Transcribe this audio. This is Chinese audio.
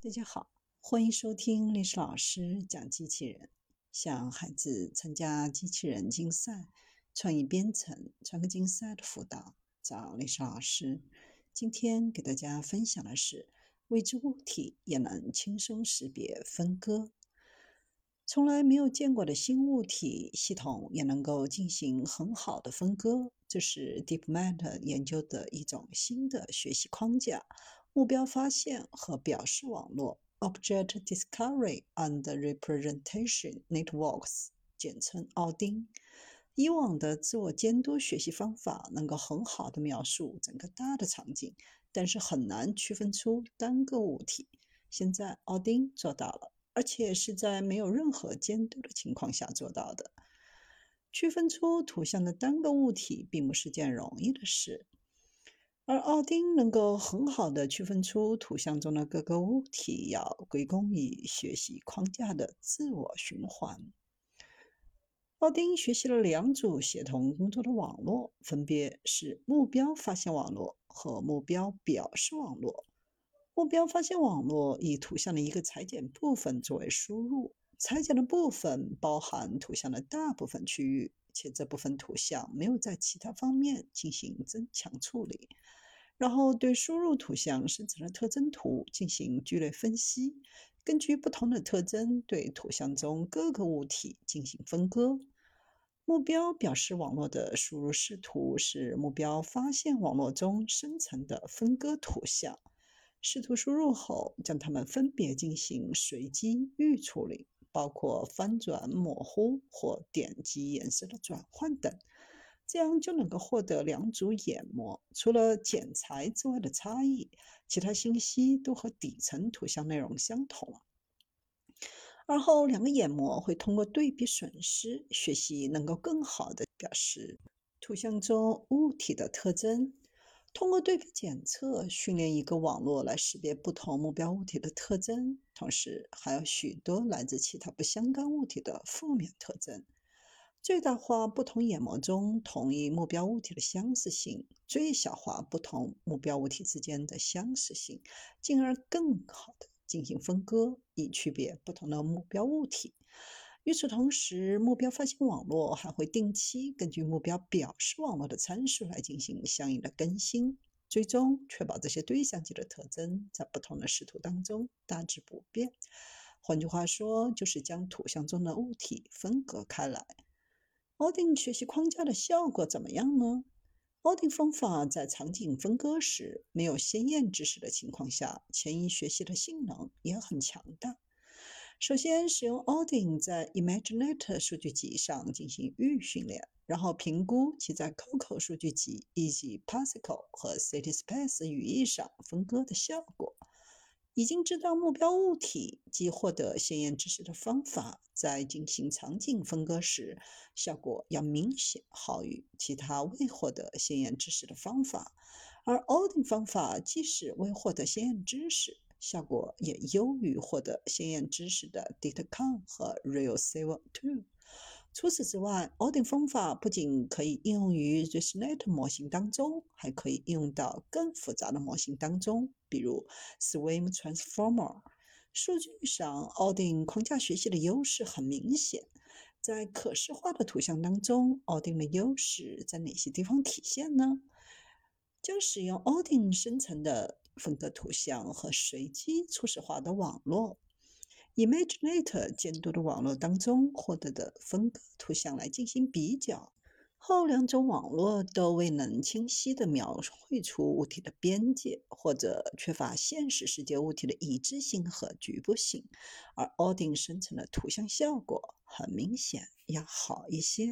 大家好，欢迎收听历史老师讲机器人，向孩子参加机器人竞赛、创意编程、创客竞赛的辅导，找历史老师。今天给大家分享的是，未知物体也能轻松识别分割。从来没有见过的新物体，系统也能够进行很好的分割，这是 DeepMind 研究的一种新的学习框架。目标发现和表示网络 Object Discovery and Representation Networks 简称奥丁。以往的自我监督学习方法能够很好的描述整个大的场景，但是很难区分出单个物体。现在奥丁做到了，而且是在没有任何监督的情况下做到的。区分出图像的单个物体并不是件容易的事，而奥丁能够很好地区分出图像中的各个物体，要归功于学习框架的自我循环。奥丁学习了两组协同工作的网络，分别是目标发现网络和目标表示网络。目标发现网络以图像的一个裁剪部分作为输入，裁剪的部分包含图像的大部分区域，且这部分图像没有在其他方面进行增强处理。然后对输入图像生成的特征图进行聚类分析，根据不同的特征对图像中各个物体进行分割。目标表示网络的输入视图是目标发现网络中生成的分割图像，视图输入后将它们分别进行随机预处理，包括翻转、模糊或点击颜色的转换等，这样就能够获得两组眼膜，除了剪裁之外的差异，其他信息都和底层图像内容相同。而后两个眼膜会通过对比损失学习，能够更好地表示图像中物体的特征。通过对比检测训练一个网络来识别不同目标物体的特征，同时还有许多来自其他不相干物体的负面特征。最大化不同眼膜中同一目标物体的相似性，最小化不同目标物体之间的相似性，进而更好地进行分割，以区别不同的目标物体。与此同时，目标发现网络还会定期根据目标表示网络的参数来进行相应的更新，最终确保这些对象级的特征在不同的视图当中大致不变。换句话说，就是将图像中的物体分割开来。奥丁学习框架的效果怎么样呢？奥丁方法在场景分割时没有鲜艳知识的情况下，前因学习的性能也很强大。首先，使用奥丁在 ImageNet 数据集上进行预训练，然后评估其在 COCO 数据集以及 Pascal 和 CitySpace 语义上分割的效果。已经知道目标物体及获得鲜艳知识的方法，在进行场景分割时，效果要明显好于其他未获得鲜艳知识的方法。而奥丁方法即使未获得鲜艳知识，效果也优于获得鲜艳知识的 DataCon 和 RealSaver2。除此之外，奥丁方法不仅可以应用于 ResNet 模型当中，还可以应用到更复杂的模型当中，比如 Swim Transformer。数据上，奥丁框架学习的优势很明显。在可视化的图像当中，奥丁的优势在哪些地方体现呢？将使用奥丁生成的分割图像和随机初始化的网络ImageNet 监督的网络当中获得的分割图像来进行比较，后两种网络都未能清晰地描绘出物体的边界，或者缺乏现实世界物体的一致性和局部性，而奥丁生成的图像效果很明显要好一些。